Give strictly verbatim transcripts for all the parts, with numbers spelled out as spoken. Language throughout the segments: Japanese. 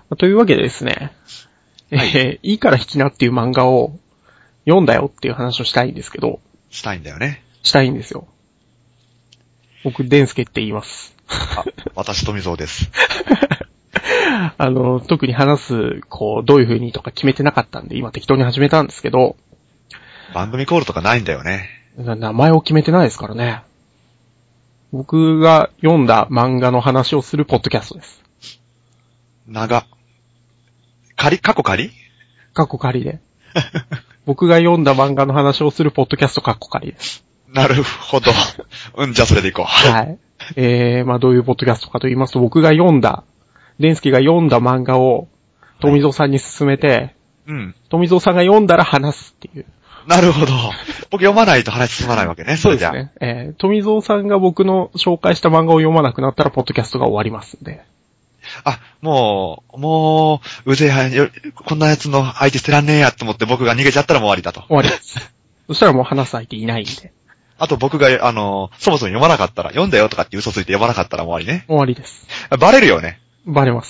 というわけでですね、はい、えー、いいから引きなっていう漫画を読んだよっていう話をしたいんですけど。 したいんだよね。 したいんですよ。僕、デンスケって言います。 あ、私富蔵です。 あの、特に話す、こう、どういう風にとか決めてなかったんで、今適当に始めたんですけど。 番組コールとかないんだよね。 名前を決めてないですからね。僕が読んだ漫画の話をするポッドキャストです。 長。仮、過去仮過去仮で。僕が読んだ漫画の話をするポッドキャスト過去仮です。 なるほど。うん、じゃあそれでいこう。 はい。えー、まあどういうポッドキャストかと言いますと、僕が読んだ、デンスケが読んだ漫画を、富蔵さんに勧めて、はい、 うん。 富蔵さんが読んだら話すっていう。 なるほど。僕読まないと話進まないわけね。 そうですね。えー、富蔵さんが僕の紹介した漫画を読まなくなったら、ポッドキャストが終わりますんで。 あ、もう、もう、うぜえや、こんなやつの相手捨てらんねえやと思って僕が逃げちゃったらもう終わりだと。 終わりです。そしたらもう話す相手いないんで。 あと僕が、あの、そもそも読まなかったら、読んだよとかって嘘ついて読まなかったらもう終わりね。 終わりです。 バレるよね。 バレます。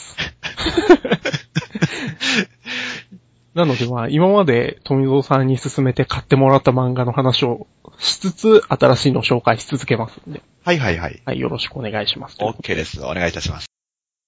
なのでまあ、今まで富蔵さんに勧めて買ってもらった漫画の話をしつつ、新しいのを紹介し続けますんで。 はいはいはい。 はい、よろしくお願いします。 OK です。お願いいたします。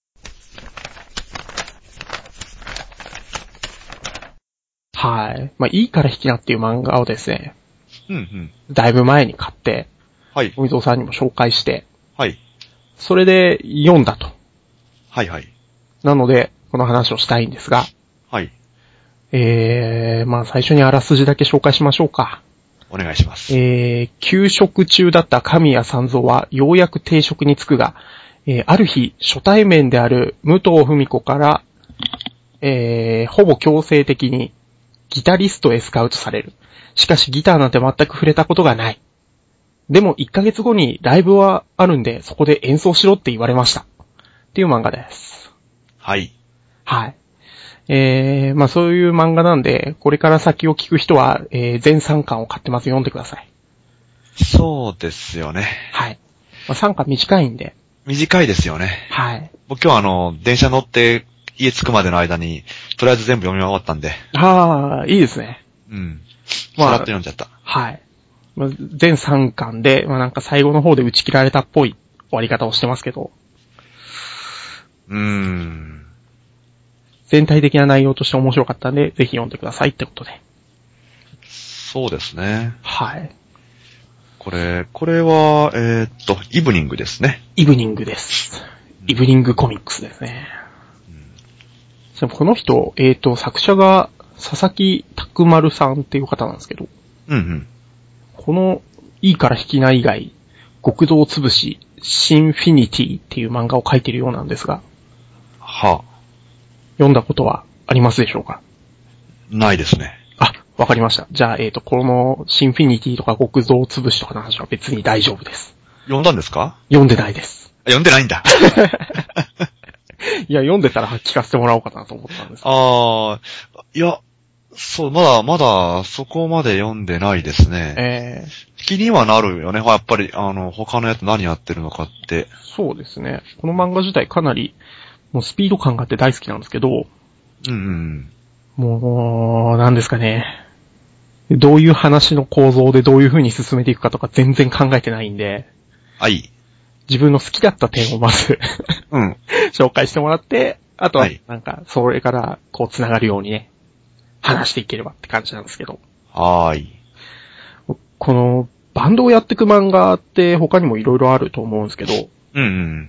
はい。まあ、いいから引きなっていう漫画をですね、 うんうん。 だいぶ前に買って、 はい。 富蔵さんにも紹介して、 はい。 それで読んだと。 はいはい。 なので、この話をしたいんですが、 はい。 えー、まあ最初にあらすじだけ紹介しましょうか。 お願いします。 えー、休職中だった神谷三蔵はようやく定職に就くが、えー、ある日、初対面である武藤文子から、えー、ほぼ強制的にギタリストへスカウトされる。しかしギターなんて全く触れたことがない。でもいっかげつごにライブはあるんで、そこで演奏しろって言われました。っていう漫画です。 はい。 はい。えー、まあそういう漫画なんで、これから先を聞く人は、えー、全さんかんを買ってます。読んでください。 そうですよね。 はい。まあ、さんかん短いんで。 短いですよね。 はい。 僕今日あの、電車乗って家着くまでの間に、とりあえず全部読み終わったんで。 ああ、いいですね。 うん。まあ、さらっと読んじゃった。 はい。まあ、全さんかんで、まあなんか最後の方で打ち切られたっぽい終わり方をしてますけど。 うーん。 全体的な内容として面白かったんで、ぜひ読んでくださいってことで。 そうですね。 はい。 これ、これは、えー、っと、イブニングですね。 イブニングです。イブニングコミックスですね。うん、この人、えー、っと、作者が佐々木拓丸さんっていう方なんですけど。 うんうん。 この、いいから引きな以外、極道つぶし、シンフィニティっていう漫画を描いているようなんですが。 はあ。 読んだことはありますでしょうか？ ないですね。 あ、わかりました。じゃあ、えっと、このシンフィニティとか極道つぶしとかの話は別に大丈夫です。 読んだんですか？ 読んでないです。 読んでないんだ。 いや、読んでたら聞かせてもらおうかなと思ったんです。 ああ、いや、そう、まだ、まだ、そこまで読んでないですね。 ええー。 気にはなるよね。やっぱり、あの、他のやつ何やってるのかって。 そうですね。この漫画自体かなり、もうスピード感があって大好きなんですけど、 うんうん。 もう、なんですかね。どういう話の構造でどういう風に進めていくかとか全然考えてないんで、 はい。 自分の好きだった点をまずうん、 紹介してもらって、あとは、なんか、それから、こう、繋がるようにね、話していければって感じなんですけど。 はーい。 この、バンドをやっていく漫画って他にもいろいろあると思うんですけど、 うんうん。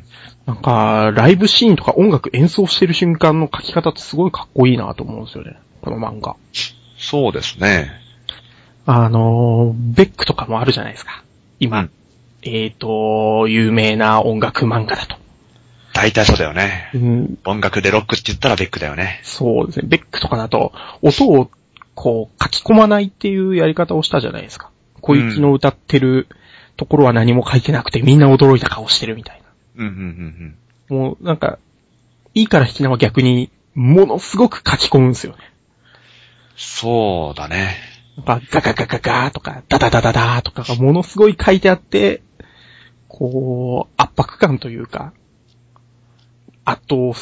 なんか、ライブシーンとか音楽演奏してる瞬間の描き方ってすごいかっこいいなと思うんですよね。この漫画。 そうですね。 あの、ベックとかもあるじゃないですか。今。うん、えっと、有名な音楽漫画だと。 大体そうだよね。 うん。 音楽でロックって言ったらベックだよね。 そうですね。ベックとかだと、音をこう書き込まないっていうやり方をしたじゃないですか。小雪の歌ってるところは何も書いてなくてみんな驚いた顔してるみたいな。 うんうんうんうん。もうなんか、いいから引きなは逆に、ものすごく書き込むんですよね。 そうだね。 なんかガガガガガーとか、ダダダダダーとかがものすごい書いてあって、こう、圧迫感というか、圧倒さ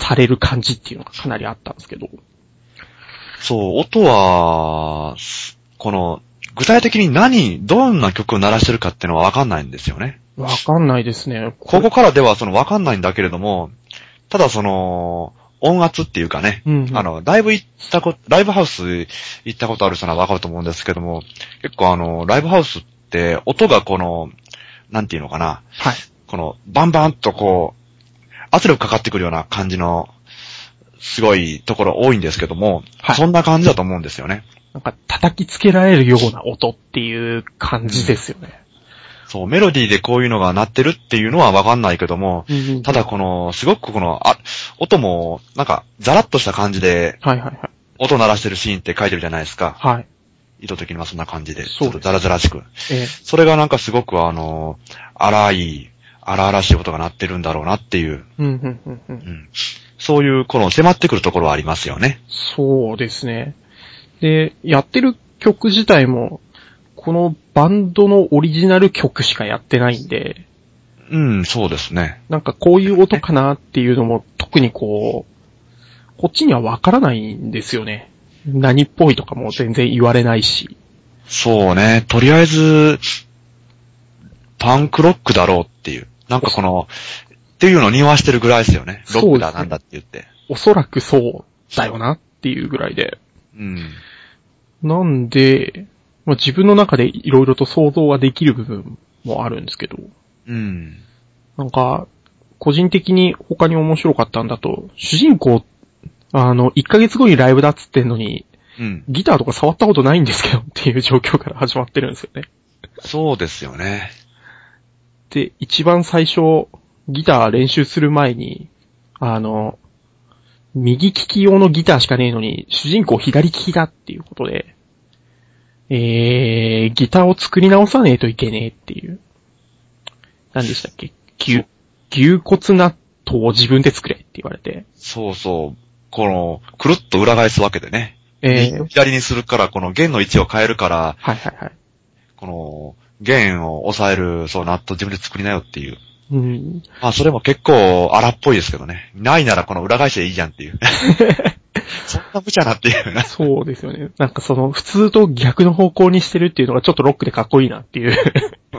される感じっていうのがかなりあったんですけど。 そう、音は、この、具体的に何、どんな曲を鳴らしてるかっていうのはわかんないんですよね。 わかんないですね。 ここからではそのわかんないんだけれども、ただその、音圧っていうかね、 うんうん、 あの、ライブ行ったこと、ライブハウス行ったことある人ならわかると思うんですけども、結構あの、ライブハウスって音がこの、なんていうのかな、 はい。 この、バンバンとこう、圧力かかってくるような感じの、すごいところ多いんですけども、はい、そんな感じだと思うんですよね。 なんか叩きつけられるような音っていう感じですよね。 うん、そう、メロディーでこういうのが鳴ってるっていうのはわかんないけども、うんうんうん、ただこの、すごくこの、あ、音も、なんか、ザラッとした感じで、はいはいはい。音鳴らしてるシーンって書いてるじゃないですか。はい。意図的にはそんな感じで、ちょっとザラザラしく。ええ、それがなんかすごくあの、荒い、荒々しい音が鳴ってるんだろうなっていう。うんうんうんうんうん、そういう、この迫ってくるところはありますよね。 そうですね。で、やってる曲自体も、このバンドのオリジナル曲しかやってないんで。 うん、そうですね。 なんかこういう音かなっていうのも特にこう、こっちにはわからないんですよね。何っぽいとかも全然言われないし。 そうね。とりあえず、パンクロックだろうっていう。なんかこの、っていうのを匂わしてるぐらいですよね。ロックだなんだって言って。 おそらくそうだよなっていうぐらいで。うん。なんで、まあ、自分の中でいろいろと想像はできる部分もあるんですけど。うん。なんか、個人的に他に面白かったんだと、主人公、あの、いっかげつごにライブだっつってんのに、うん、ギターとか触ったことないんですけどっていう状況から始まってるんですよね。 そうですよね。 で、一番最初、ギター練習する前に、あの、右利き用のギターしかねえのに、主人公左利きだっていうことで、えー、ギターを作り直さねえといけねえっていう。何でしたっけ？牛、牛骨納豆を自分で作れって言われて。 そうそう。この、くるっと裏返すわけでね。えー、左にするから、この弦の位置を変えるから、はいはいはい。この、弦を押さえる、そう、納豆自分で作りなよっていう。うん。まあ、それも結構荒っぽいですけどね。ないならこの裏返しでいいじゃんっていう。そんな無茶なっていう。 そうですよね。なんかその、普通と逆の方向にしてるっていうのがちょっとロックでかっこいいなっていう。うん。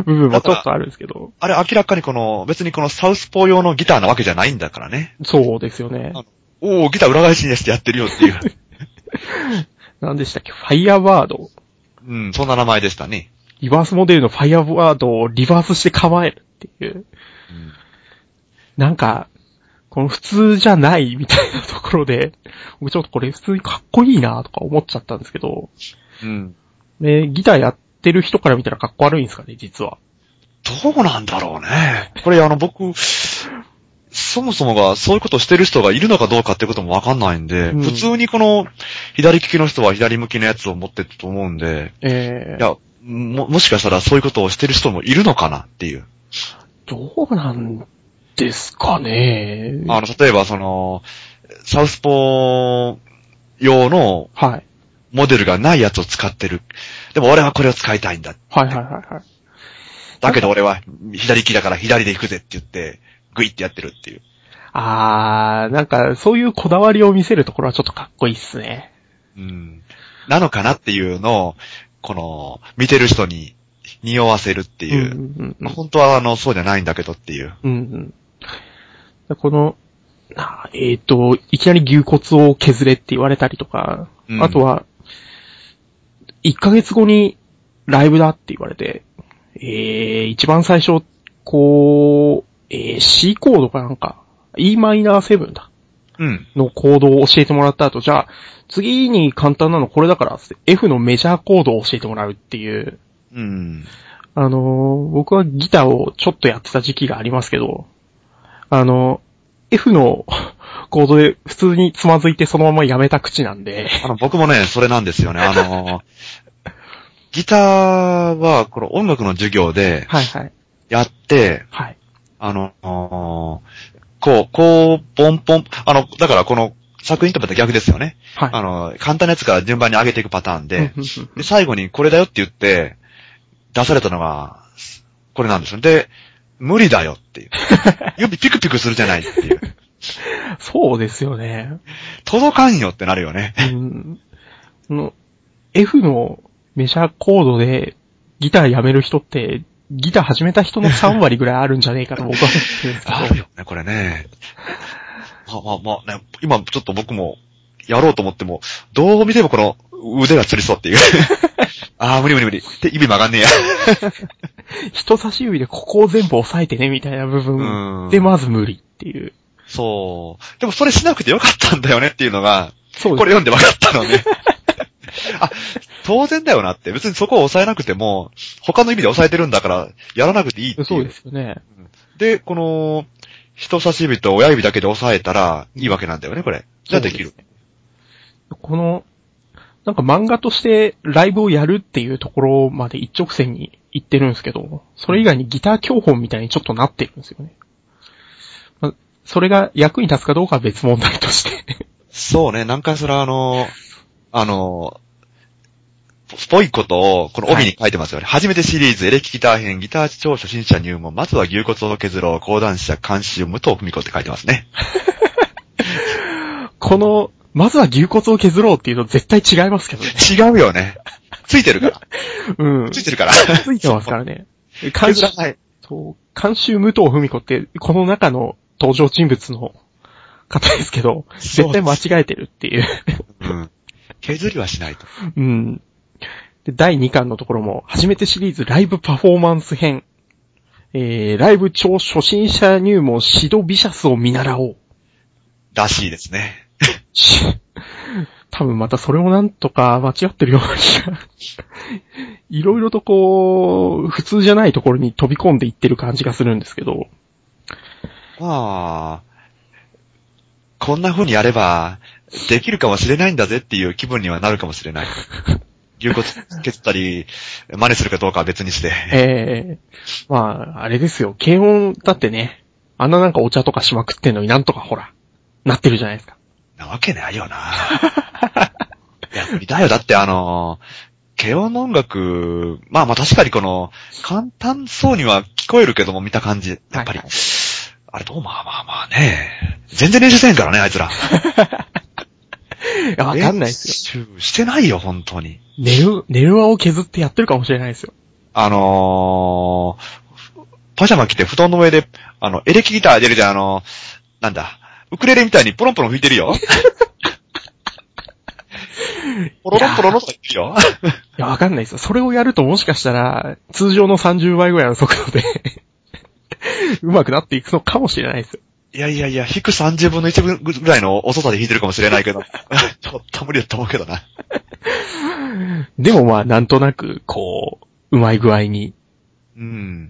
部分もちょっとあるんですけど。 あれ明らかにこの、別にこのサウスポー用のギターなわけじゃないんだからね。 そうですよね。 おー、ギター裏返しにしてやってるよっていう。 何でしたっけ？ファイアワード。 うん、そんな名前でしたね。 リバースモデルのファイアワードをリバースして構えるっていう。うん、なんか、この普通じゃないみたいなところで、僕ちょっとこれ普通にかっこいいなとか思っちゃったんですけど。うん。で、ギターやってる人から見たらかっこ悪いんですかね、実は。 どうなんだろうね。これあの僕、そもそもがそういうことをしてる人がいるのかどうかってこともわかんないんで、うん、普通にこの左利きの人は左向きのやつを持ってると思うんで、えー、いやも、もしかしたらそういうことをしてる人もいるのかなっていう。 どうなんですかね。 あの、例えばその、サウスポー用の、はい。モデルがないやつを使ってる。でも俺はこれを使いたいんだ。 はいはいはいはい。 だけど俺は左利きだから左で行くぜって言って、グイってやってるっていう。 あー、なんかそういうこだわりを見せるところはちょっとかっこいいっすね。 うん。なのかなっていうのを、この、見てる人に匂わせるっていう。うんうんうんまあ、本当はあの、そうじゃないんだけどっていう。うんうん、この、えっと、いきなり牛骨を削れって言われたりとか、うん、あとは、いっかげつごにライブだって言われて、えー、一番最初、こう、えー、C コードかなんか、E マイナーセブンだ。うん。のコードを教えてもらった後、じゃあ、次に簡単なのこれだから、F のメジャーコードを教えてもらうっていう。うん。あのー、僕はギターをちょっとやってた時期がありますけど、あの、F のコードで普通につまずいてそのままやめた口なんで。 あの、僕もね、それなんですよね。あのー、ギターは、この音楽の授業で、はいはい。やって、はい。あの、こう、こう、ポンポン、あの、だからこの作品とまた逆ですよね。はい。あの、簡単なやつから順番に上げていくパターンで、で最後にこれだよって言って、出されたのが、これなんですよ。で、無理だよっていう。指ピクピクするじゃないっていう。 そそうですよね。 届かんよってなるよね。 うん。この F のメジャーコードでギターやめる人って、ギター始めた人のさん割ぐらいあるんじゃねえかと僕は思ってるんですけど。 あるよね、これね。まあまあまあね、今ちょっと僕もやろうと思っても、どう見てもこの腕がつりそうっていう。ああ、無理無理無理。って指曲がんねえや。 人差し指でここを全部押さえてねみたいな部分でまず無理っていう。 そう。でもそれしなくてよかったんだよねっていうのが、 そうこれ読んで分かったのね。あ、当然だよなって。別にそこを押さえなくても、他の意味で押さえてるんだから、やらなくていいっていう。 そうですよね。 で、この、人差し指と親指だけで押さえたらいいわけなんだよね、これ。じゃあできる。 この、なんか漫画としてライブをやるっていうところまで一直線に行ってるんですけど、それ以外にギター教本みたいにちょっとなってるんですよね。まあ、それが役に立つかどうかは別問題として。 そうね、なんかそれはあの、あの、スポイことをこの帯に書いてますよね。はい、初めてシリーズエレキギター編、ギター超初心者入門、まずは牛骨を削ろう、講談社監修、武藤文子って書いてますね。 この、まずは牛骨を削ろうっていうの絶対違いますけどね。 違うよね。ついてるから。 うん。 ついてるから。 ついてますからね。監修、はい、そう、監修武藤文子って、この中の登場人物の方ですけど、絶対間違えてるっていう。 うん。削りはしないと。 うん。で、だいにかんのところも、初めてシリーズライブパフォーマンス編。えー、ライブ超初心者入門シドビシャスを見習おう。 らしいですね。 多分またそれもなんとか間違ってるような気が。いろいろとこう、普通じゃないところに飛び込んでいってる感じがするんですけど。 まあ、こんな風にやれば、できるかもしれないんだぜっていう気分にはなるかもしれない。牛骨削ったり、真似するかどうかは別にして。 ええー、まあ、あれですよ。軽音だってね、あんななんかお茶とかしまくってんのになんとかほら、なってるじゃないですか。 なわけないよな。いや、無理だよ。だってあの、軽音の音楽、まあまあ確かにこの、簡単そうには聞こえるけども見た感じ、やっぱり。はいはい、あれどうまあまあまあね。全然練習せんからね、あいつら。 いや、わかんないですよ。練習してないよ、本当に。 寝る、寝る輪を削ってやってるかもしれないですよ。 あのー、パジャマ着て布団の上で、あの、エレキギター出るじゃん、あの、なんだ、ウクレレみたいにポロンポロン吹いてるよ。ポロロンポロロンとか言ってるよ。 いや、わかんないですよ。それをやるともしかしたら、通常のさんじゅうばいぐらいの速度で、上手くなっていくのかもしれないですよ。 いやいやいや、引くさんじゅうぶんのいちぐらいの遅さで弾いてるかもしれないけど、ちょっと無理だと思うけどな。 でもまあ、なんとなく、こう、うまい具合に、 うん。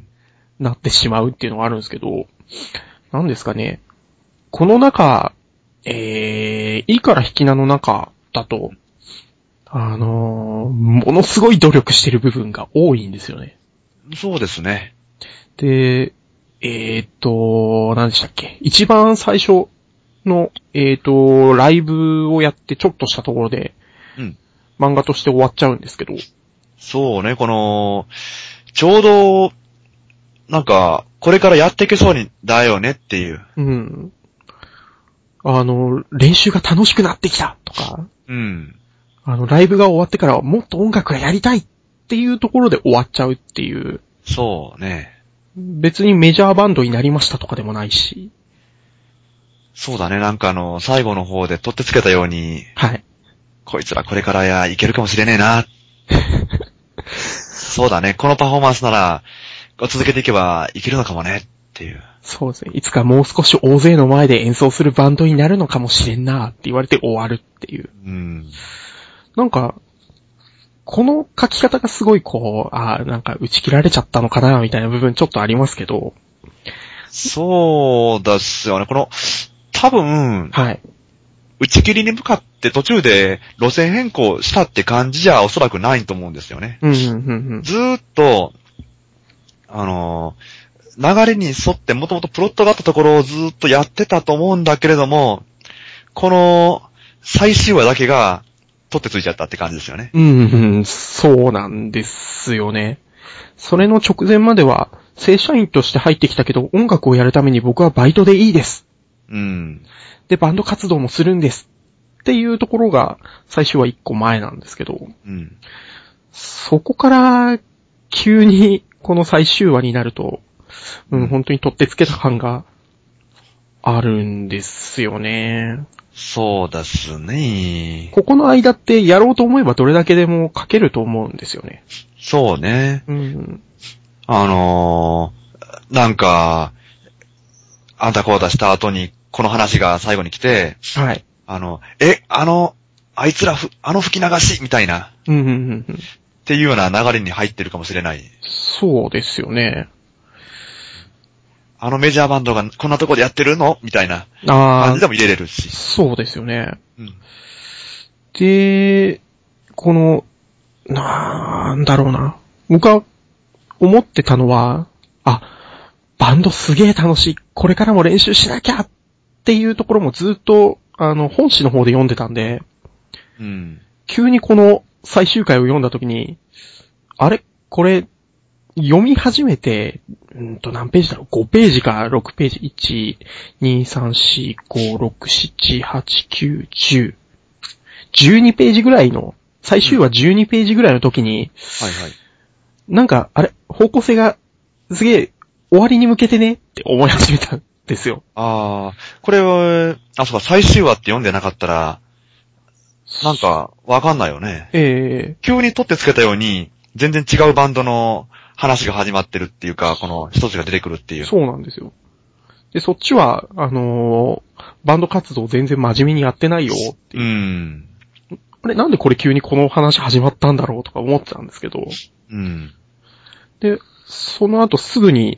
なってしまうっていうのがあるんですけど、なんですかね。この中、えー、いいから弾き名の中だと、あのー、ものすごい努力してる部分が多いんですよね。 そうですね。 で、えーっと、何でしたっけ？一番最初の、えーっと、ライブをやってちょっとしたところで、 うん。 漫画として終わっちゃうんですけど。 そうね、この、ちょうど、なんか、これからやっていけそうにだよねっていう。 うん。あの、練習が楽しくなってきたとか。 うん。 あの、ライブが終わってからもっと音楽がやりたいっていうところで終わっちゃうっていう。 そうね。 別にメジャーバンドになりましたとかでもないし。 そうだね、なんかあの、最後の方で取ってつけたように。 はい。 こいつらこれからや、いけるかもしれねえな。そうだね、このパフォーマンスなら、続けていけばいけるのかもねっていう。 そうですね。いつかもう少し大勢の前で演奏するバンドになるのかもしれんなって言われて終わるっていう。 うん。 なんか、この書き方がすごいこう、ああ、なんか打ち切られちゃったのかなみたいな部分ちょっとありますけど。 そうですよね。この、多分、 はい。 打ち切りに向かって途中で路線変更したって感じじゃおそらくないと思うんですよね。 うんうんうんうん、 ずーっと、あの、流れに沿ってもともとプロットがあったところをずーっとやってたと思うんだけれども、この最終話だけが取ってついちゃったって感じですよね。 うん、うん、そうなんですよね。それの直前までは、正社員として入ってきたけど音楽をやるために僕はバイトでいいですうん。 で、バンド活動もするんですっていうところが最終は一個前なんですけど、 うん。 そこから急にこの最終話になると、うん、本当に取ってつけた感があるんですよね。 そうですね。 ここの間ってやろうと思えばどれだけでも書けると思うんですよね。 そうね。 うん。 あのー、なんか、あんたこうだした後にこの話が最後に来て、 はい。 あの、え、あの、あいつらふ、あの吹き流しみたいな。 うんうんうんうん。 っていうような流れに入ってるかもしれない。 そうですよね。 あのメジャーバンドがこんなとこでやってるのみたいな感じでも入れれるし。 そうですよね。 うん、 で、この、なんだろうな。僕は思ってたのは、あ、バンドすげえ楽しい。これからも練習しなきゃっていうところもずっと、あの、本誌の方で読んでたんで、 うん、 急にこの最終回を読んだときに、あれこれ、読み始めて、うんと何ページだろう ?ご ページかろくページ。いち、に、さん、よん、ご、ろく、なな、はち、きゅう、じゅう。じゅうにページぐらいの、最終話じゅうにページぐらいの時に、 うん、はいはい。 なんか、あれ方向性が、すげえ、終わりに向けてねって思い始めたんですよ。 ああ、これは、あ、そうか、最終話って読んでなかったら、なんか、わかんないよね。 ええー。 急に取ってつけたように、全然違うバンドの話が始まってるっていうか、この一つが出てくるっていう。 そうなんですよ。で、そっちは、あのー、バンド活動全然真面目にやってないよっていう。 うん。 あれ、なんでこれ急にこの話始まったんだろうとか思ってたんですけど。 うん。 で、その後すぐに、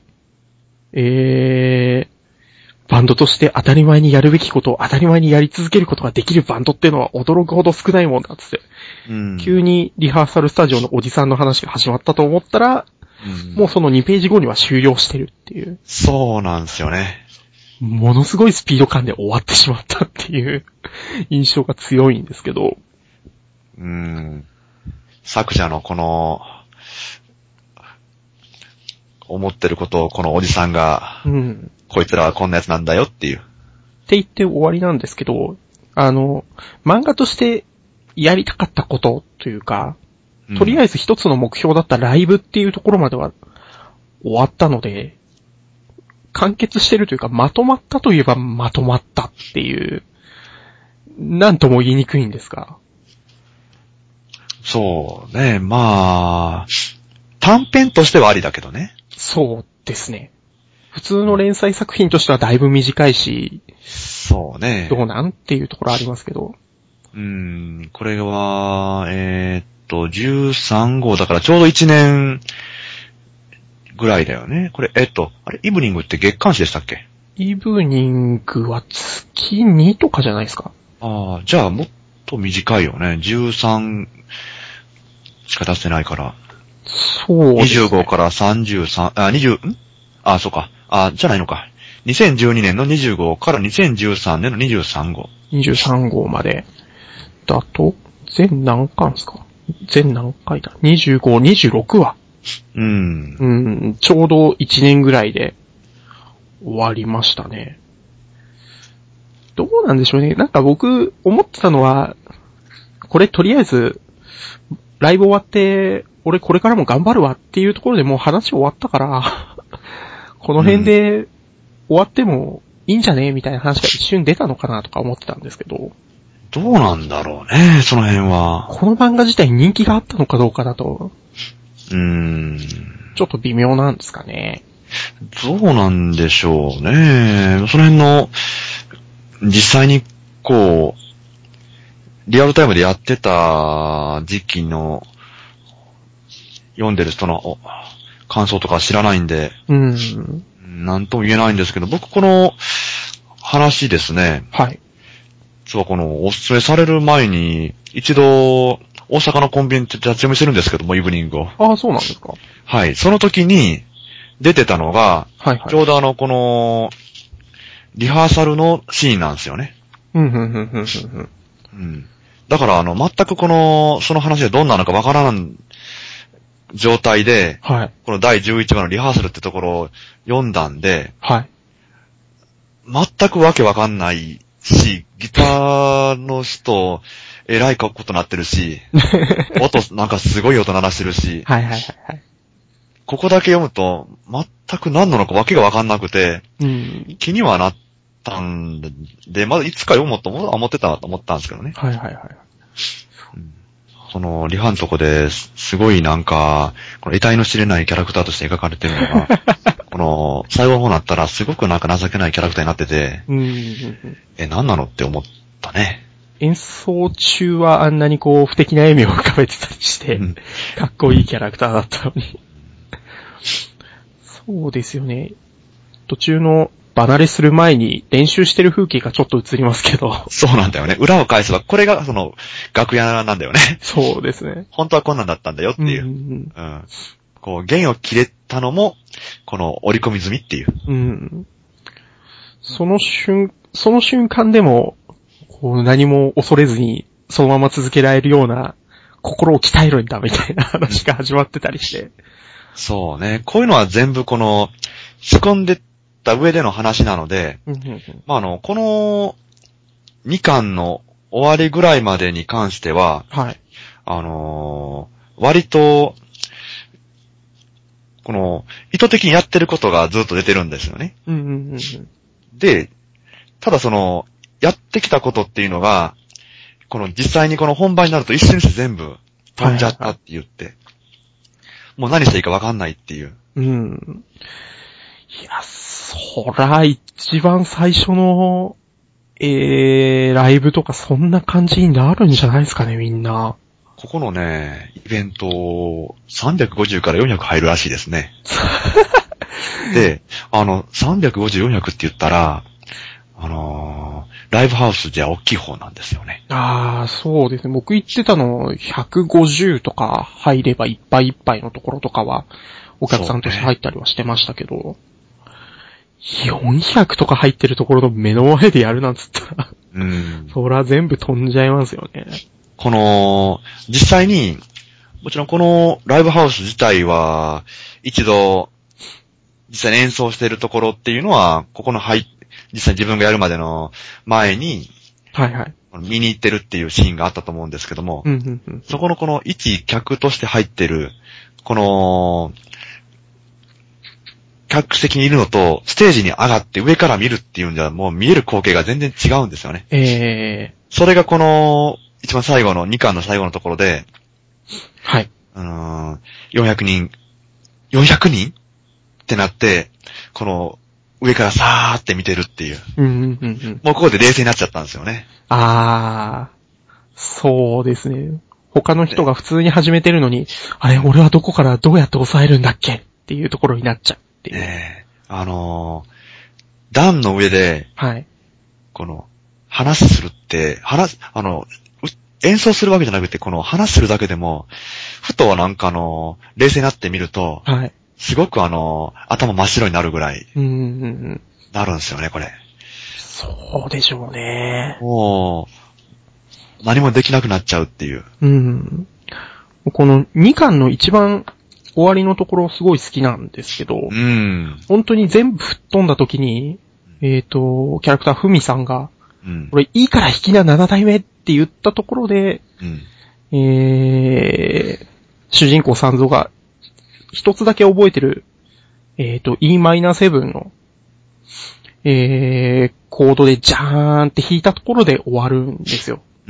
えー、バンドとして当たり前にやるべきことを当たり前にやり続けることができるバンドっていうのは驚くほど少ないもんだっつって。うん、急にリハーサルスタジオのおじさんの話が始まったと思ったら、うん、もうそのにページごには終了してるっていう。 そうなんですよね。 ものすごいスピード感で終わってしまったっていう印象が強いんですけど。 うーん。作者のこの、思ってることをこのおじさんが、うん、こいつらはこんなやつなんだよっていう。 って言って終わりなんですけど、あの、漫画としてやりたかったことというか、とりあえず一つの目標だったライブっていうところまでは終わったので、完結してるというか、まとまったといえばまとまったっていう、なんとも言いにくいんですが。 そうね、まあ、短編としてはありだけどね。 そうですね。普通の連載作品としてはだいぶ短いし、 そうね。 どうなんっていうところありますけど。 うーん、これは、えー、っと、じゅうさん号だからちょうどいちねんぐらいだよね。これ、えっと、あれ、イブニングって月刊誌でしたっけ？ イブニングは月にとかじゃないですか。 ああ、じゃあもっと短いよね。じゅうさんしか出してないから。 そうですね。 にじゅう号からさんじゅうさん、あ、にじゅう、んあ、そうか。あ、じゃないのか。にせんじゅうにねんのにじゅう号からにせんじゅうさんねんのにじゅうさん号。 にじゅうさん号まで。だと、全何巻ですか？全何回だ ?にじゅうご、にじゅうろくわ。 うん。 うん、ちょうどいちねんぐらいで終わりましたね。どうなんでしょうね。なんか僕思ってたのは、これとりあえず、ライブ終わって、俺これからも頑張るわっていうところでもう話終わったから、この辺で終わってもいいんじゃねみたいな話が一瞬出たのかなとか思ってたんですけど。 どうなんだろうね、その辺は。 この漫画自体に人気があったのかどうかだと、 うーん。 ちょっと微妙なんですかね。 どうなんでしょうね。その辺の、実際に、こう、リアルタイムでやってた時期の、読んでる人の感想とか知らないんで、 うん。 なんとも言えないんですけど、僕この話ですね。 はい。 実はこのおすすめされる前に、一度、大阪のコンビニで立ち読みしてるんですけども、イブニングを。 ああ、そうなんですか。 はい。その時に出てたのが、 はいはい。 ちょうどあの、この、リハーサルのシーンなんですよね。 うん、うん、うん、うん、うん。 うん。だからあの、全くこの、その話がどんなのかわからん状態で、 はい。 このだいじゅういちわのリハーサルってところを読んだんで、 はい。 全くわけわかんないし、ギターの人、えらいことなってるし、音、なんかすごい音鳴らしてるし、 はいはいはいはい。 ここだけ読むと、全く何なのかわけがわかんなくて、 うん、 気にはなったんで、まだいつか読もうと思ってたと思ったんですけどね。 はいはいはい。 うん、その、リハのとこですごいなんか、この得体の知れないキャラクターとして描かれてるのが、この、最後の方になったらすごくなんか情けないキャラクターになってて、 うん、 え、何なのって思ったね。 演奏中はあんなにこう不敵な笑みを浮かべてたりして、うん、かっこいいキャラクターだったのに。そうですよね。途中の離れする前に練習してる風景がちょっと映りますけど。 そうなんだよね。裏を返せば、これがその、楽屋なんだよね。 そうですね。 本当はこんなんだったんだよっていう。うん、うん、こう、弦を切れたのも、この折り込み済みっていう。 うん。その瞬、その瞬間でも、こう何も恐れずに、そのまま続けられるような、心を鍛えるんだみたいな話が始まってたりして。 そうね。こういうのは全部この、仕込んでった上での話なので、 うんうんうん、 まあ、あの、このにかんの終わりぐらいまでに関しては、 はい。 あのー、割と、この、意図的にやってることがずっと出てるんですよね。 うんうんうんうん、 で、ただその、やってきたことっていうのが、この実際にこの本番になると一瞬して全部飛んじゃったって言って、はいはいはい、もう何していいか分かんないっていう。 うん。いや、そら、一番最初の、えー、ライブとかそんな感じになるんじゃないですかね、みんな。 ここのね、イベント、さんびゃくごじゅうからよんひゃく入るらしいですね。で、あの、さんびゃくごじゅう、よんひゃくって言ったら、あのー、ライブハウスじゃ大きい方なんですよね。 ああ、そうですね。僕言ってたの、ひゃくごじゅうとか入ればいっぱいいっぱいのところとかは、お客さんとして入ったりはしてましたけど、ね、よんひゃくとか入ってるところの目の前でやるなんつったら、うん。そら全部飛んじゃいますよね。 この、実際に、もちろんこのライブハウス自体は、一度、実際に演奏しているところっていうのは、ここの入、実際自分がやるまでの前に、 はいはい。 見に行ってるっていうシーンがあったと思うんですけども、うんうんうん、そこのこの一客として入ってる、この、客席にいるのと、ステージに上がって上から見るっていうんじゃ、もう見える光景が全然違うんですよね。 ええー。 それがこの、一番最後の、にかんの最後のところで、 はい。 うーん、よんひゃくにん、よんひゃくにんってなって、この、上からさーって見てるっていう。 うんうんうんうん、 もうここで冷静になっちゃったんですよね。 あー、そうですね。他の人が普通に始めてるのに、あれ、俺はどこからどうやって抑えるんだっけっていうところになっちゃうっていう。 ねえ、あのー、段の上で、 はい。 この、話するって、話、あの、演奏するわけじゃなくて、この話するだけでも、ふとなんかあの、冷静になってみると、はい。すごくあの、頭真っ白になるぐらい、うんうんうん、なるんですよね、これ。 そうでしょうね。 もう、何もできなくなっちゃうっていう。 うん。このにかんの一番終わりのところすごい好きなんですけど、うん。本当に全部吹っ飛んだ時に、えっと、キャラクターふみさんが、うん、これいいから弾きななな代目って言ったところで、うん、えー、主人公三蔵が一つだけ覚えてる、えっと、イーマイナーセブン の、えー、コードでジャーンって弾いたところで終わるんですよ。うん。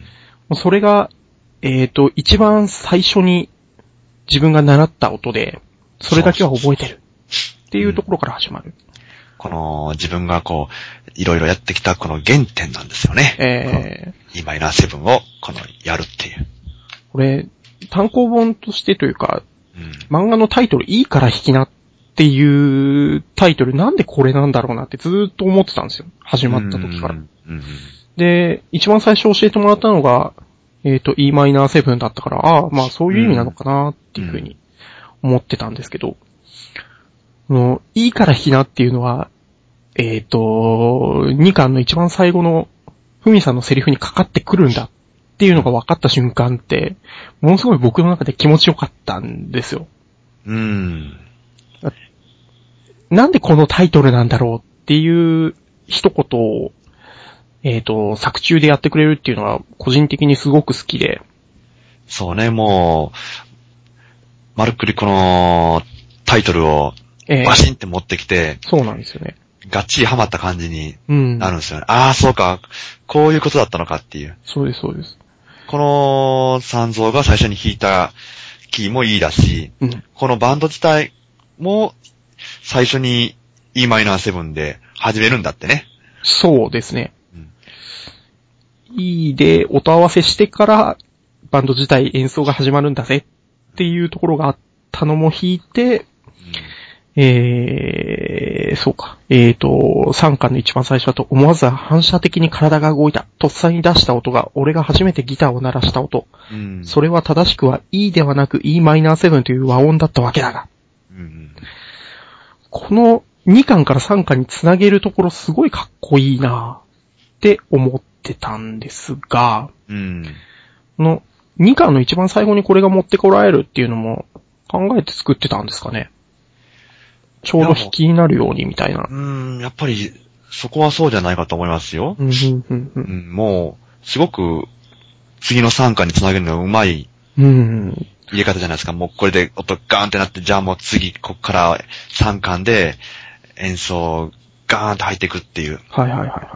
それが、えっと、一番最初に自分が習った音で、それだけは覚えてるっていうところから始まる。 この自分がこう、いろいろやってきたこの原点なんですよね。えー。イーマイナーセブンをこのやるっていう。 これ、単行本としてというか、うん、漫画のタイトルいいから弾きなっていうタイトルなんでこれなんだろうなってずーっと思ってたんですよ。始まった時から。うんうん、で、一番最初教えてもらったのが、えっと、イーマイナーセブン だったから、ああ、まあそういう意味なのかなっていうふうに思ってたんですけど、このいいから弾きなっていうのは、えっと、にかんの一番最後のふみさんのセリフにかかってくるんだっていうのが分かった瞬間って、ものすごい僕の中で気持ちよかったんですよ。うん。なんでこのタイトルなんだろうっていう一言を、えっと、作中でやってくれるっていうのは、個人的にすごく好きで。 そうね、もう、まるっくりこの、タイトルを、バシンって持ってきて、えー、そうなんですよね。 がっちりハマった感じになるんですよね。うん、ああ、そうか、こういうことだったのかっていう。 そうです、そうです。 この三蔵が最初に弾いたキーもいいだし、うん、このバンド自体も最初に イーマイナーセブン で始めるんだってね。 そうですね。うん、E で音合わせしてからバンド自体演奏が始まるんだぜっていうところがあったのも弾いて、うん、えー、そうか。えーと、さんかんの一番最初だと思わず反射的に体が動いた。とっさに出した音が俺が初めてギターを鳴らした音。うん、それは正しくは E ではなく イーマイナーセブン という和音だったわけだが。うん、このにかんからさんかんにつなげるところすごいかっこいいなって思ってたんですが、うん、このにかんの一番最後にこれが持ってこられるっていうのも考えて作ってたんですかね。ちょうど引きになるようにみたいな。 うーん、やっぱりそこはそうじゃないかと思いますよ。うんうんうんうん、もう、すごく次のさんかんにつなげるのがうまい入れ方じゃないですか。もうこれで音ガーンってなって、じゃあもう次こっからさんかんで演奏ガーンって入っていくっていう。 はいはいはいはい。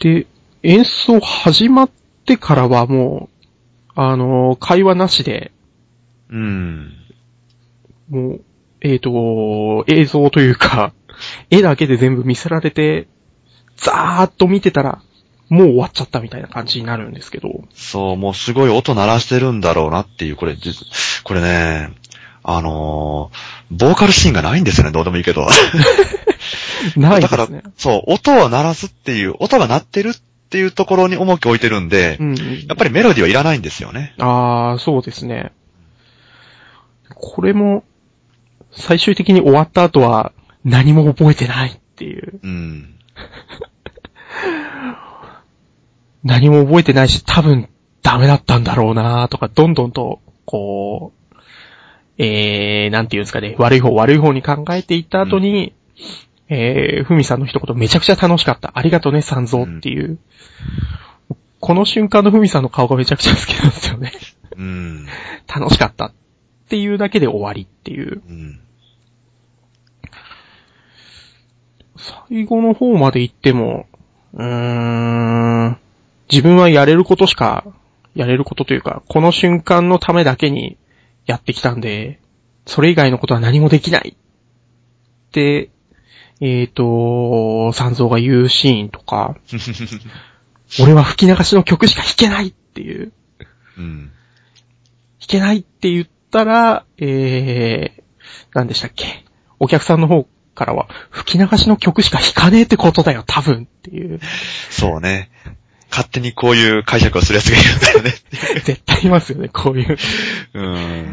で、演奏始まってからはもう、あのー、会話なしで、うん。もう、えっと、映像というか、絵だけで全部見せられて、ざーっと見てたら、もう終わっちゃったみたいな感じになるんですけど。 そう、もうすごい音鳴らしてるんだろうなっていう、これ、これね、あのー、ボーカルシーンがないんですよね、どうでもいいけど。 ないですね。だから、そう、音を鳴らすっていう、音が鳴ってるっていうところに重きを置いてるんで、うんうん、やっぱりメロディーはいらないんですよね。 あー、そうですね。これも、最終的に終わった後は何も覚えてないっていう。うん、何も覚えてないし、多分ダメだったんだろうなとか、どんどんと、こう、えー、なんていうんですかね、悪い方悪い方に考えていった後に、うん、えー、ふみさんの一言めちゃくちゃ楽しかった。ありがとね、さんぞうっていう、うん。この瞬間のふみさんの顔がめちゃくちゃ好きなんですよね。うん、楽しかったっていうだけで終わりっていう。うん、最後の方まで行っても、うーん、自分はやれることしか、やれることというか、この瞬間のためだけにやってきたんで、それ以外のことは何もできないって、えっと、三蔵が言うシーンとか、俺は吹き流しの曲しか弾けないっていう。うん、弾けないって言ったら、えー、何でしたっけ。お客さんの方からは、吹き流しの曲しか弾かねえってことだよ、多分っていう。 そうね。勝手にこういう解釈をする奴がいるんだよね。 絶対いますよね、こういう。うん。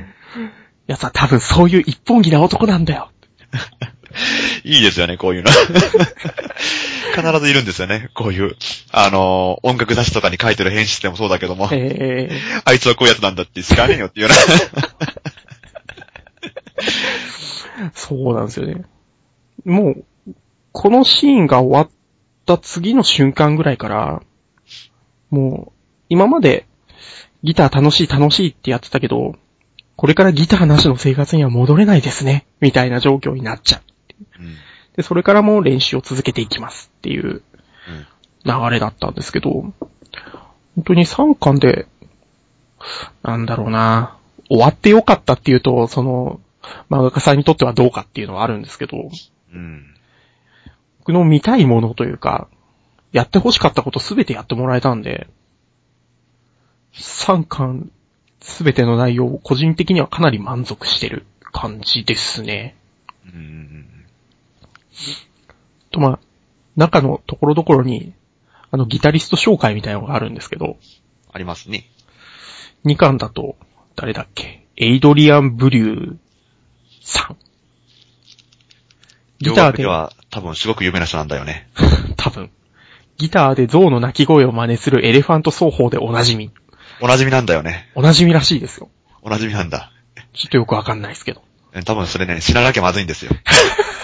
やつは多分そういう一本気な男なんだよ。 いいですよね、こういうの。必ずいるんですよね、こういう。あのー、音楽雑誌とかに書いてる編集でもそうだけども。えー、あいつはこういうやつなんだって知らねえよっていうな。 そうなんですよね。もう、このシーンが終わった次の瞬間ぐらいから、もう、今までギター楽しい楽しいってやってたけど、これからギターなしの生活には戻れないですね、みたいな状況になっちゃう。うん、で、それからも練習を続けていきますっていう流れだったんですけど、本当にさんかんで、なんだろうな、終わってよかったっていうと、その、漫画家さんにとってはどうかっていうのはあるんですけど、うん、僕の見たいものというか、やって欲しかったことすべてやってもらえたんで、さんかんすべての内容を個人的にはかなり満足してる感じですね。うん、とまあ、中のところどころに、あのギタリスト紹介みたいなのがあるんですけど。 ありますね。 にかんだと、誰だっけ？エイドリアン・ブリューさん。 ギターでは多分すごく有名な人なんだよね。 多分。ギターで象の鳴き声を真似するエレファント奏法でおなじみ。 おなじみなんだよね。 おなじみらしいですよ。 おなじみなんだ。 ちょっとよくわかんないですけど。 多分それね、知らなきゃまずいんですよ。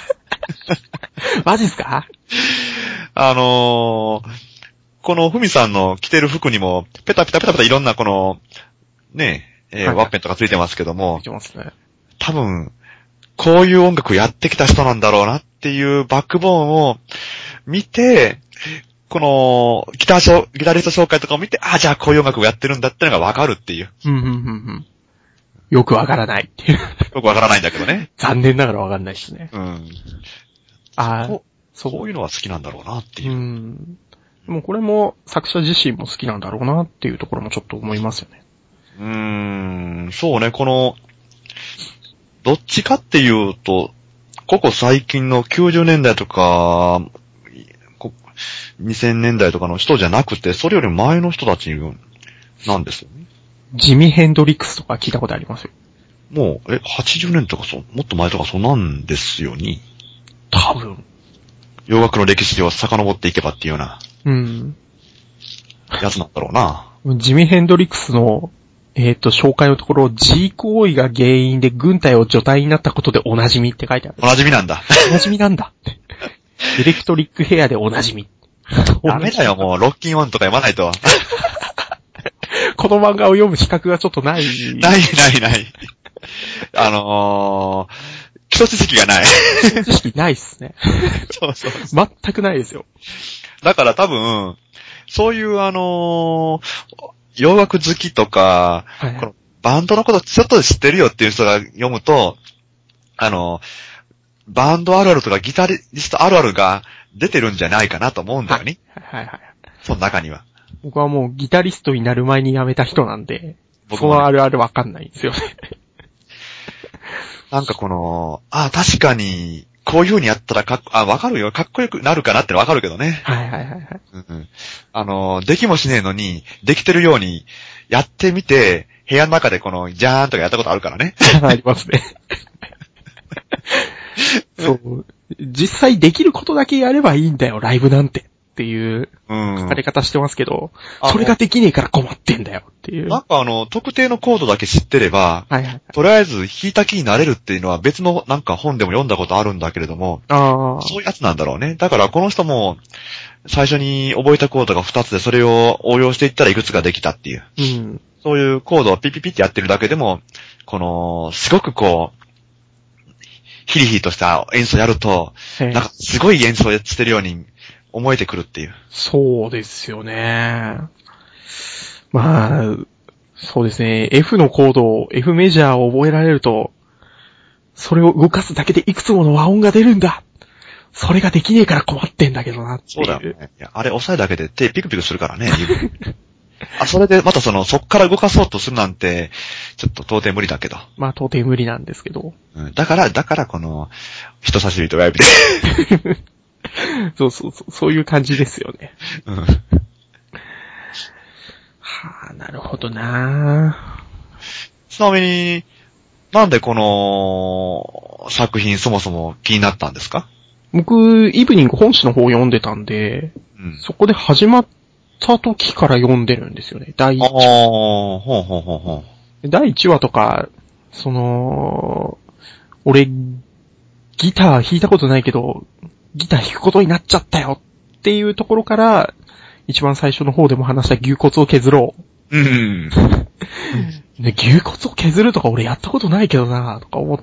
マジっすか？ あのー、このふみさんの着てる服にも、ペタペタペタペタいろんなこの、ねえ、えーはいはい、ワッペンとかついてますけども、 ついてますね。 多分、こういう音楽やってきた人なんだろうなっていうバックボーンを見て、このギターギタリスト紹介とかを見て、ああ、じゃあこういう音楽をやってるんだってのがわかるっていう。 うんうんうんうん。よくわからないっていう。 よくわからないんだけどね。 残念ながらわかんないですね。 うん。 ああ、 そう。そういうのは好きなんだろうなっていう。 うん。でもこれも作者自身も好きなんだろうなっていうところもちょっと思いますよね。 うーん、そうね、この、どっちかっていうと、ここ最近のきゅうじゅうねんだいとか、にせんねんだいとかの人じゃなくて、それより前の人たちなんですよね。 ジミ・ヘンドリックスとか聞いたことありますよ。 もう、え、はちじゅうねんとかそう、もっと前とかそうなんですよね。 多分。 洋楽の歴史を遡っていけばっていうような。 うん。 やつなんだろうな。 ジミ・ヘンドリックスの、えっと、紹介のところ、G 行為が原因で軍隊を除隊になったことでおなじみって書いてある。 おなじみなんだ。 おなじみなんだ。エレクトリックヘアでおなじみ。 ダメだよ、もう、ロッキンオンとか読まないと。 この漫画を読む資格がちょっとない。 ない、ない、ない。あのー、基礎知識がない。 基礎知識ないっすね。 そうそうそう。 全くないですよ。 だから多分、そういうあのー、洋楽好きとか、はいはい、このバンドのことちょっと知ってるよっていう人が読むと、あのー、バンドあるあるとかギタリストあるあるが出てるんじゃないかなと思うんだよね。 はいはいはい。 その中には。 僕はもうギタリストになる前に辞めた人なんで、僕も、ね、そのあるあるわかんないんですよね。 なんかこの、ああ、確かに、こういう風にやったらかっこ、あ、わかるよ。かっこよくなるかなってのわかるけどね。 はいはいはいはい。 うんうん、あの、できもしねえのに、できてるように、やってみて、部屋の中でこの、ジャーンとかやったことあるからね。 ありますね。そう。実際できることだけやればいいんだよ、ライブなんて。っていう書かれ方してますけど、うん、それができねえから困ってんだよっていう。 なんかあの、特定のコードだけ知ってれば、はいはいはい、とりあえず弾いた気になれるっていうのは別のなんか本でも読んだことあるんだけれども、 あそういうやつなんだろうね。だからこの人も、最初に覚えたコードがふたつでそれを応用していったらいくつかできたっていう。 うん、 そういうコードをピピピってやってるだけでも、この、すごくこう、ヒリヒリとした演奏やると、なんかすごい演奏してるように思えてくるっていう。 そうですよね。まあ、そうですね。F のコードを、F メジャーを覚えられると、それを動かすだけでいくつもの和音が出るんだ。それができねえから困ってんだけどなっていう。 そうだよね。いや、あれ押さえるだけで手ピクピクするからね。あ、それでまたその、そっから動かそうとするなんて、ちょっと到底無理だけど。 まあ到底無理なんですけど。 うん、だから、だからこの、人差し指と親指で。 そうそうそう、そういう感じですよね。 うん、はあ、なるほどな。 ちなみに、なんでこの作品そもそも気になったんですか？ 僕、イブニング本誌の方読んでたんで、うん、そこで始まった時から読んでるんですよね、だいいちわ。ああ、 ほうほうほうほう。だいいちわとか、その、俺、ギター弾いたことないけど、ギター弾くことになっちゃったよっていうところから、一番最初の方でも話した牛骨を削ろう。うん。 で牛骨を削るとか俺やったことないけどなとか思って、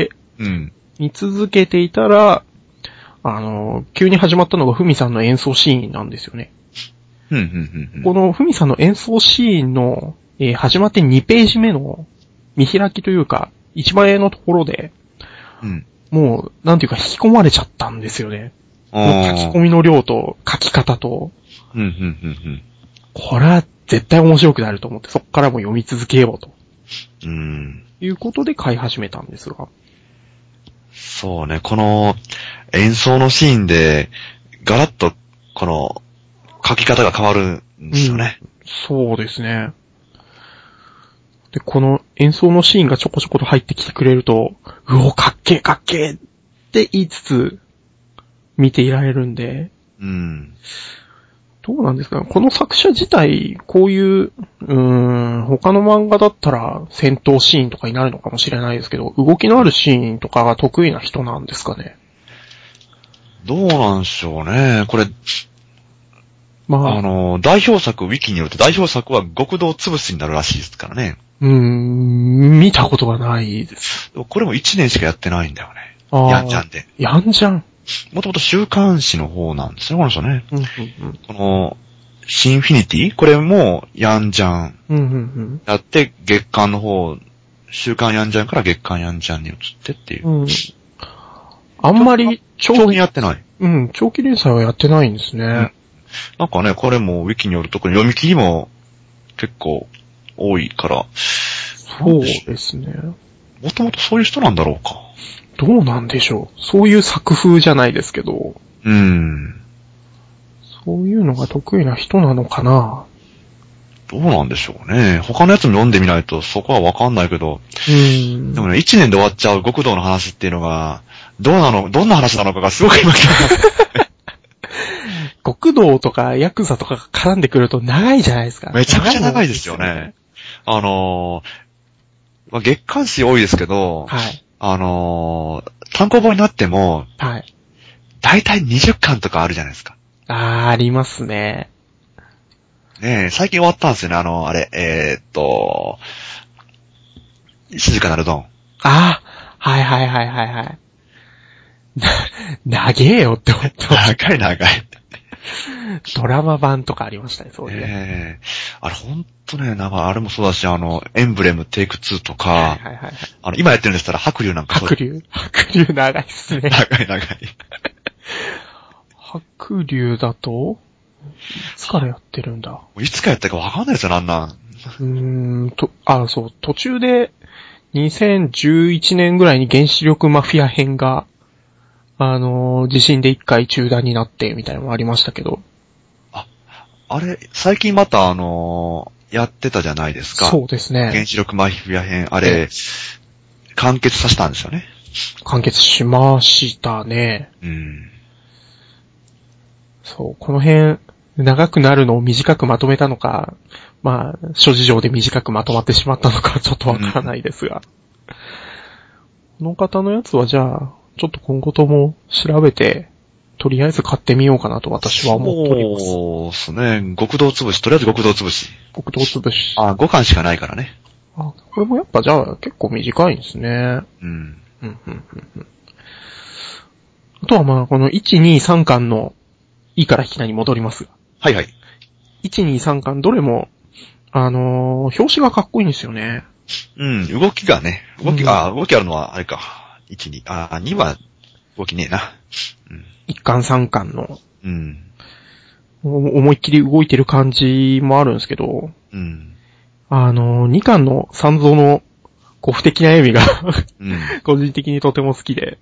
うん。 見続けていたら、あの、急に始まったのがふみさんの演奏シーンなんですよね。 うんうんうん、 このふみさんの演奏シーンの、えー、始まってにページ目の見開きというか、一番絵のところで、 うん、 もう、なんていうか引き込まれちゃったんですよね。書き込みの量と書き方と。 うんうんうんうん、 これは絶対面白くなると思って、そっからも読み続けようと。 うん。 いうことで買い始めたんですが。 そうね、この演奏のシーンで、ガラッと、この、書き方が変わるんですよね、 うん。そうですね。で、この演奏のシーンがちょこちょこと入ってきてくれると、うお、かっけーかっけーって言いつつ、見ていられるんで。 うん。 どうなんですかね。この作者自体、こういう、うーん、他の漫画だったら戦闘シーンとかになるのかもしれないですけど、動きのあるシーンとかが得意な人なんですかね。 どうなんでしょうね。これ、 まあ、あの、代表作、ウィキによると代表作は極道潰しになるらしいですからね。 うーん、見たことがないです。 これもいちねんしかやってないんだよね。 あやんじゃんで。 やんじゃん。 もともと週刊誌の方なんですね、この人ね。 うんうんうん、 この、シンフィニティこれも、やんじゃん。 うんうんうん、 やって、月刊の方、週刊やんじゃんから月刊やんじゃんに移ってっていう。 うん、あんまり長期やってない。 うん、長期連載はやってないんですね。うん、 なんかね、これもウィキによると、読み切りも結構多いから。 そうですね。 もともとそういう人なんだろうか。 どうなんでしょう。そういう作風じゃないですけど。 うん。 そういうのが得意な人なのかな。 どうなんでしょうね。他のやつも読んでみないとそこはわかんないけど。 うん。 でもね、一年で終わっちゃう極道の話っていうのが、どうなの、どんな話なのかがすごく今気になる。 極道とかヤクザとかが絡んでくると長いじゃないですか。 めちゃくちゃ長いですよね。あのー、まあ、月刊誌多いですけど、 はい。あのー、単行本になっても、 はい。 だいたいにじゅっかんとかあるじゃないですか。 あー、ありますね。 ねえ、最近終わったんですよね、あの、あれ、えー、っと、静かなるドン。 あー、はいはいはいはいはい。な、長えよって思って。 長い長い。 ドラマ版とかありましたね、そういう。 ええー、あれほんとね、なんかあれもそうだし、あの、エンブレムテイクツーとか、 はいはいはい、 あの、今やってるんですったら白龍なんかそう。 白龍白龍長いっすね。 長い長い。 白龍だといつからやってるんだ。 いつかやったかわかんないですよ、なんなん。 うーんと、あ、そう、途中でにせんじゅういちねんぐらいに原子力マフィア編が、あのー、地震で一回中断になってみたいなのもありましたけど。 あ、あれ、最近またあのー、やってたじゃないですか。 そうですね。 原子力マフィア編、あれ、完結させたんですよね。 完結しましたね。 うん。 そう、この辺、長くなるのを短くまとめたのか、まあ、諸事情で短くまとまってしまったのかちょっとわからないですが。うん、この方のやつはじゃあ、ちょっと今後とも調べて、とりあえず買ってみようかなと私は思っております。 そうですね。極道潰し、とりあえず極道潰し。 極道潰し。 あ、ごかんしかないからね。 あ、これもやっぱじゃあ結構短いんですね。うん。うん、うん、うん、うん。あとはまあ、このいち、に、さんかんの、いいから引きなに戻りますが。 はいはい。 いち、に、さんかんどれも、あのー、表紙がかっこいいんですよね。 うん、動きがね、動き、うん、あ、動きあるのはあれか。いち、に、あ、には動きねえな。 うん、いっかんさんかんの。 うん。 思いっきり動いてる感じもあるんですけど、 うん。 あのー、にかんの三蔵の古不的な笑みがうん、個人的にとても好きで。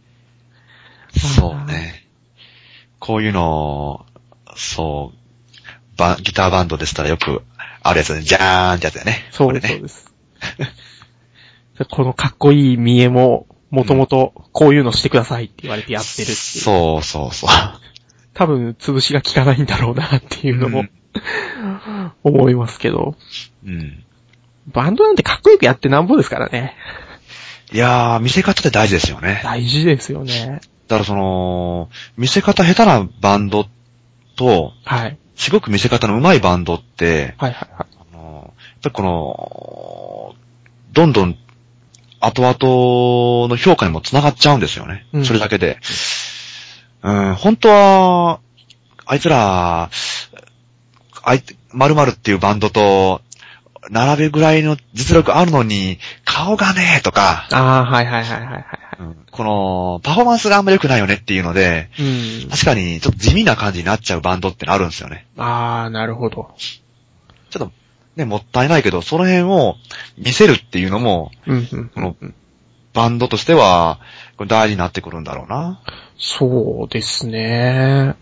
そうね。こういうの、そう、バギターバンドでしたらよくあるやつね。じゃーんってやつだよね。 そうです、ね、そうです。このかっこいい見栄も、もともとこういうのしてくださいって言われてやってるっていう。 そうそうそう。 多分潰しが効かないんだろうなっていうのも、うん、思いますけど。うん。バンドなんてかっこよくやってなんぼですからね。 いやー、見せ方って大事ですよね。 大事ですよね。 だからその、見せ方下手なバンドと、はい。すごく見せ方の上手いバンドって、はいはいはい。あの、やっぱりこの、どんどん後々の評価にも繋がっちゃうんですよね。うん、それだけで。うん、本当は、あいつら、あい、〇〇っていうバンドと、並べぐらいの実力あるのに、顔がねえとか。 ああ、はいはいはいはい、はいうん。 この、パフォーマンスがあんま良くないよねっていうので、うん、確かにちょっと地味な感じになっちゃうバンドってのあるんですよね。 ああ、なるほど。 ちょっと、ね、もったいないけど、その辺を見せるっていうのも、うんうんうん、このバンドとしては、大事になってくるんだろうな。 そうですね。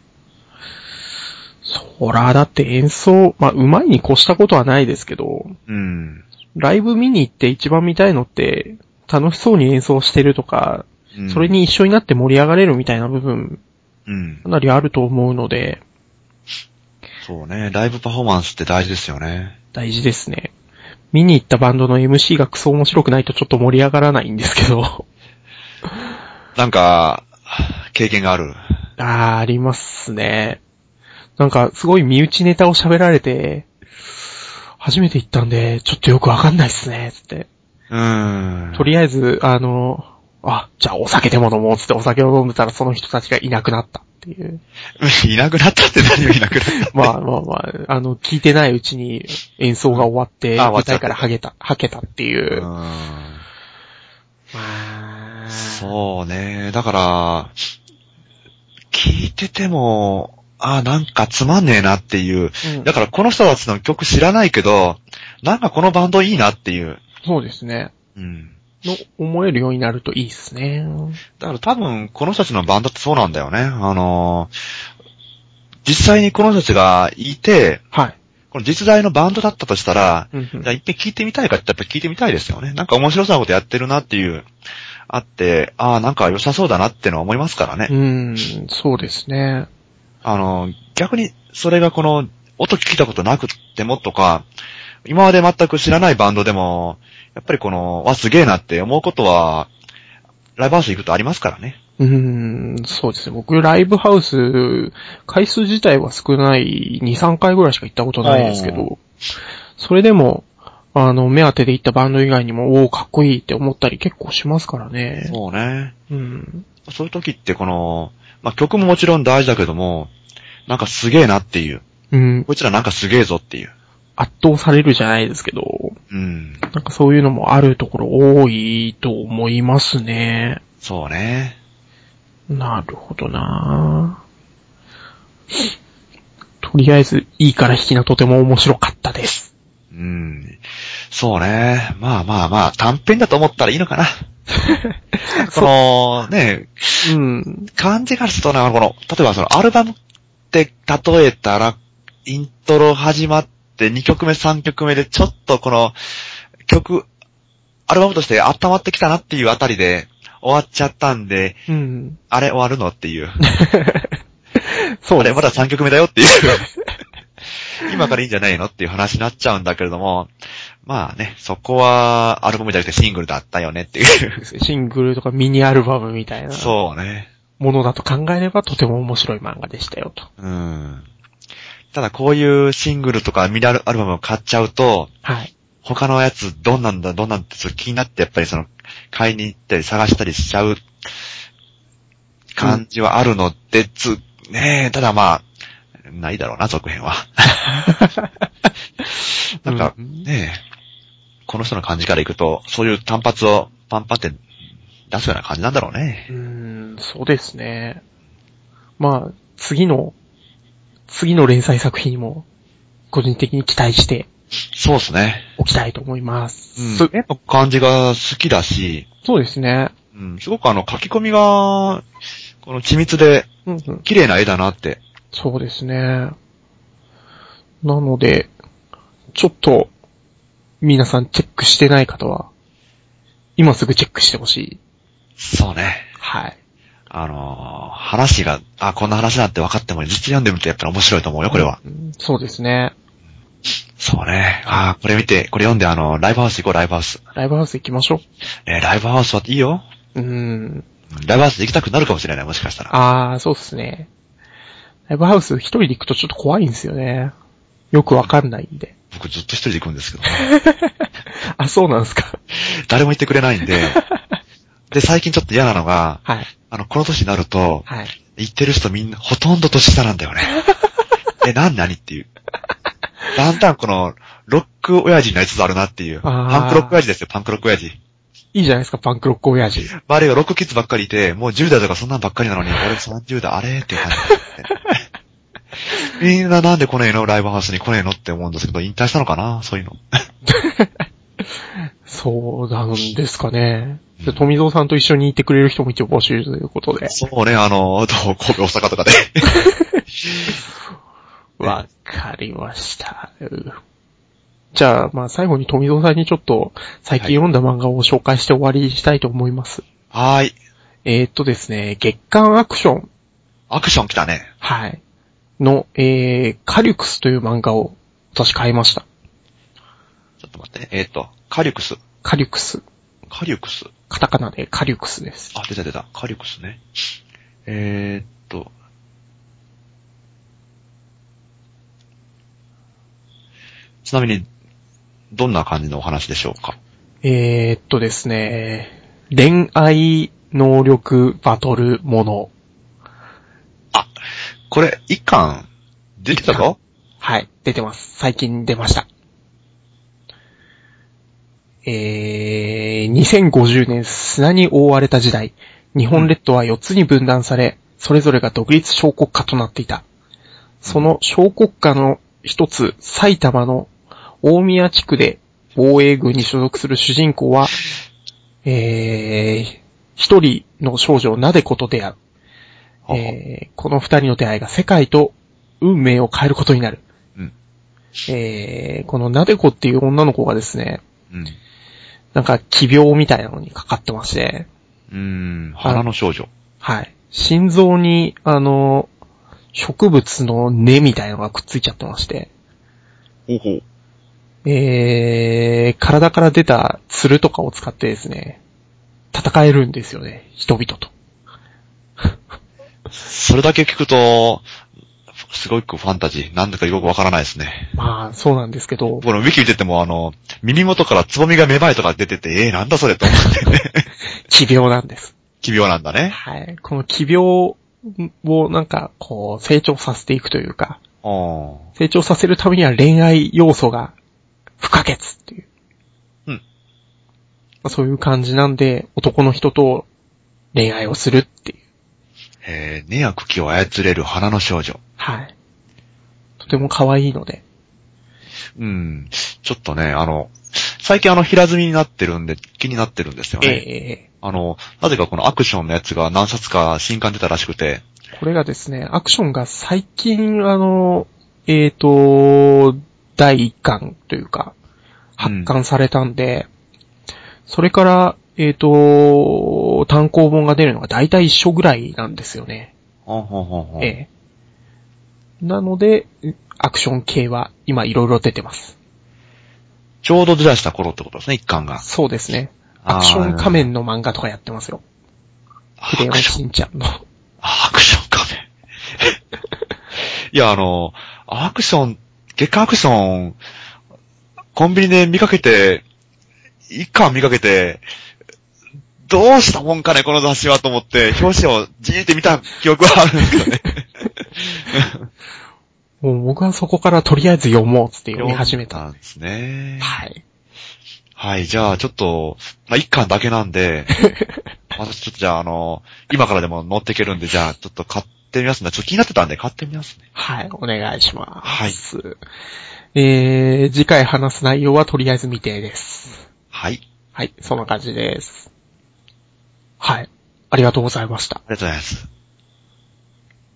そら、だって演奏、まあ、上手いに越したことはないですけど、うん。ライブ見に行って一番見たいのって、楽しそうに演奏してるとか、うん、それに一緒になって盛り上がれるみたいな部分、うん。かなりあると思うので。 そうね、ライブパフォーマンスって大事ですよね。 大事ですね。見に行ったバンドの エムシー がクソ面白くないとちょっと盛り上がらないんですけど。 なんか、経験がある。 あー、ありますね。なんか、すごい身内ネタを喋られて、初めて行ったんで、ちょっとよくわかんないっすね、つって。 うーん。 とりあえず、あの、あ、じゃあお酒でも飲もうつってお酒を飲んでたらその人たちがいなくなったっていう。 いなくなったって何をいなくなったってまあまあまあ、あの、聞いてないうちに演奏が終わって、 うん、 舞台からはげた、はけたっていう。うーん。 まあ、そうね。だから、聞いてても、ああ、なんかつまんねえなっていう、うん。だからこの人たちの曲知らないけど、なんかこのバンドいいなっていう。 そうですね。 うん。 の、思えるようになるといいっすね。 だから多分、この人たちのバンドってそうなんだよね。あのー、実際にこの人たちがいて、はい。この実在のバンドだったとしたら、うんうん、じゃあ一遍聞いてみたいかってやっぱ聞いてみたいですよね。なんか面白そうなことやってるなっていう、あって、ああ、なんか良さそうだなってのは思いますからね。 うーん、そうですね。 あの、逆に、それがこの、音聞いたことなくってもとか、今まで全く知らないバンドでも、やっぱりこの、わ、すげえなって思うことは、ライブハウス行くとありますからね。 うーん、そうですね。僕、ライブハウス、回数自体は少ない、に、さんかいぐらいしか行ったことないですけど、それでも、あの、目当てで行ったバンド以外にも、おー、かっこいいって思ったり結構しますからね。 そうね。 うん。 そういう時ってこの、まあ、曲ももちろん大事だけども、なんかすげえなっていう。うん。こいつらなんかすげえぞっていう。 圧倒されるじゃないですけど、うん。なんかそういうのもあるところ多いと思いますね。 そうね。 なるほどなぁ。とりあえず、いいから弾きがとても面白かったです。 うん。そうね。まあまあまあ、短編だと思ったらいいのかな。その、ね、うん。感じからするとね、この、例えばそのアルバムって例えたら、イントロ始まってにきょくめさんきょくめでちょっとこの曲、アルバムとして温まってきたなっていうあたりで終わっちゃったんで、うん、あれ終わるのっていう。そう、ね、あれまださんきょくめだよっていう。今からいいんじゃないのっていう話になっちゃうんだけれども、まあね、そこはアルバムじゃなくてシングルだったよねっていう。 シングルとかミニアルバムみたいな。 そうね。 ものだと考えればとても面白い漫画でしたよと。 うん。ただこういうシングルとかミニアルバムを買っちゃうと、はい。他のやつどんなんだどんなんって気になってやっぱりその買いに行ったり探したりしちゃう感じはあるので、うん、つ、ねえ、ただまあ、ないだろうな、続編は。なんか、ねえ、この人の感じからいくと、そういう単発をパンパンって出すような感じなんだろうね。 うーん、そうですね。まあ、次の、次の連載作品も、個人的に期待して、 そうですね。 おきたいと思います。 うん。絵の感じが好きだし、 そうですね。 うん、すごくあの書き込みが、この緻密で、綺麗な絵だなって、うんうん。 そうですね。なので、ちょっと、皆さんチェックしてない方は、今すぐチェックしてほしい。 そうね。はい。あのー、話が、あ、こんな話なんて分かっても、実読んでみるとやっぱり面白いと思うよ、これは。 うん、そうですね。 そうね。あ、これ見て、これ読んで、あの、ライブハウス行こう、ライブハウス。 ライブハウス行きましょう。 えー、ライブハウスはいいよ。うーん。ライブハウス行きたくなるかもしれない、もしかしたら。 あー、そうっすね。ライブハウス一人で行くとちょっと怖いんですよね。よくわかんないんで。 僕ずっと一人で行くんですけどね。 あ、そうなんですか。 誰も行ってくれないんで。で、最近ちょっと嫌なのが、はい。あの、この年になると、はい。行ってる人みんなほとんど年下なんだよね。え、なになにっていう。だんだんこの、ロック親父になりつつあるなっていう。パンクロック親父ですよ、パンクロック親父。 いいじゃないですか、パンクロック親父。 周りがロックキッズばっかりいて、もうじゅう代とかそんなんばっかりなのに、俺さんじゅう代、あれっていう感じ。みんななんで来ねえのライブハウスに来ねえのって思うんですけど、引退したのかなそういうの。 そうなんですかね。で、富蔵さんと一緒にいてくれる人も一応募集ということで。 そうね、あの、神戸大阪とかで。 わかりました。じゃあ、まあ最後に富蔵さんにちょっと最近読んだ漫画を紹介して終わりにしたいと思います。 はい。 えーっとですね、月刊アクション。 アクション来たね。 はい。の、えー、カリュクスという漫画を私買いました。 ちょっと待ってね。えーっと、カリュクス。 カリュクス。 カリュクス。 カタカナでカリュクスです。 あ、出た出た。カリュクスね。えーっと、 ちなみに、どんな感じのお話でしょうか？ えーっとですね、恋愛能力バトルもの。 あ、これ、一巻、出てたか？ はい、出てます。最近出ました。えー、にせんごじゅうねん砂に覆われた時代、日本列島はよっつに分断され、それぞれが独立小国家となっていた。その小国家の一つ、埼玉の大宮地区で防衛軍に所属する主人公は、えー、一人の少女なでこと出会う。えー、この二人の出会いが世界と運命を変えることになる。うん、えー、このなでこっていう女の子がですね、うん、なんか奇病みたいなのにかかってまして、 うーん、花の少女。 はい。心臓に、あの、植物の根みたいなのがくっついちゃってまして、 ほうほう。 えー、体から出たツルとかを使ってですね、戦えるんですよね、人々と。 それだけ聞くと、すごくファンタジー。なんだかよくわからないですね。 まあ、そうなんですけど。 このウィキ見てても、あの、耳元からつぼみが芽生えとか出てて、えー、なんだそれと思ってね。 奇病なんです。 奇病なんだね。 はい。この奇病をなんか、こう、成長させていくというか、成長させるためには恋愛要素が不可欠っていう。うん。まあ、そういう感じなんで、男の人と恋愛をするっていう。 えー、根や茎を操れる花の少女。 はい。とても可愛いので。 うん。ちょっとね、あの、最近あの平積みになってるんで気になってるんですよね。ええー。あの、なぜかこのアクションのやつが何冊か新刊出たらしくて。 これがですね、アクションが最近あの、えっと、だいいっかんというか、発刊されたんで、うん、それから、えっと、単行本が出るのがだいたい一緒ぐらいなんですよね。 ほうほうほうほう。 ええ。なので、アクション系は今いろいろ出てます。 ちょうど出だした頃ってことですね、一巻が。 そうですね。アクション仮面の漫画とかやってますよ。クレヨンしんちゃんの。 アクション仮面。いや、あの、アクション、月刊アクション、コンビニで見かけて、一巻見かけて、どうしたもんかね、この雑誌はと思って、表紙をじーって見た記憶はあるんですけどね。 もう僕はそこからとりあえず読もうって読み始めたんですね。 はい。 はい、じゃあちょっと、まあ、一巻だけなんで、私ちょっとじゃああの、今からでも乗っていけるんで、じゃあちょっと買ってみますね。ちょっと気になってたんで買ってみますね。 はい、お願いします。はい。えー、次回話す内容はとりあえず未定です。 はい。 はい、そんな感じです。はい。ありがとうございました。ありがとうございます。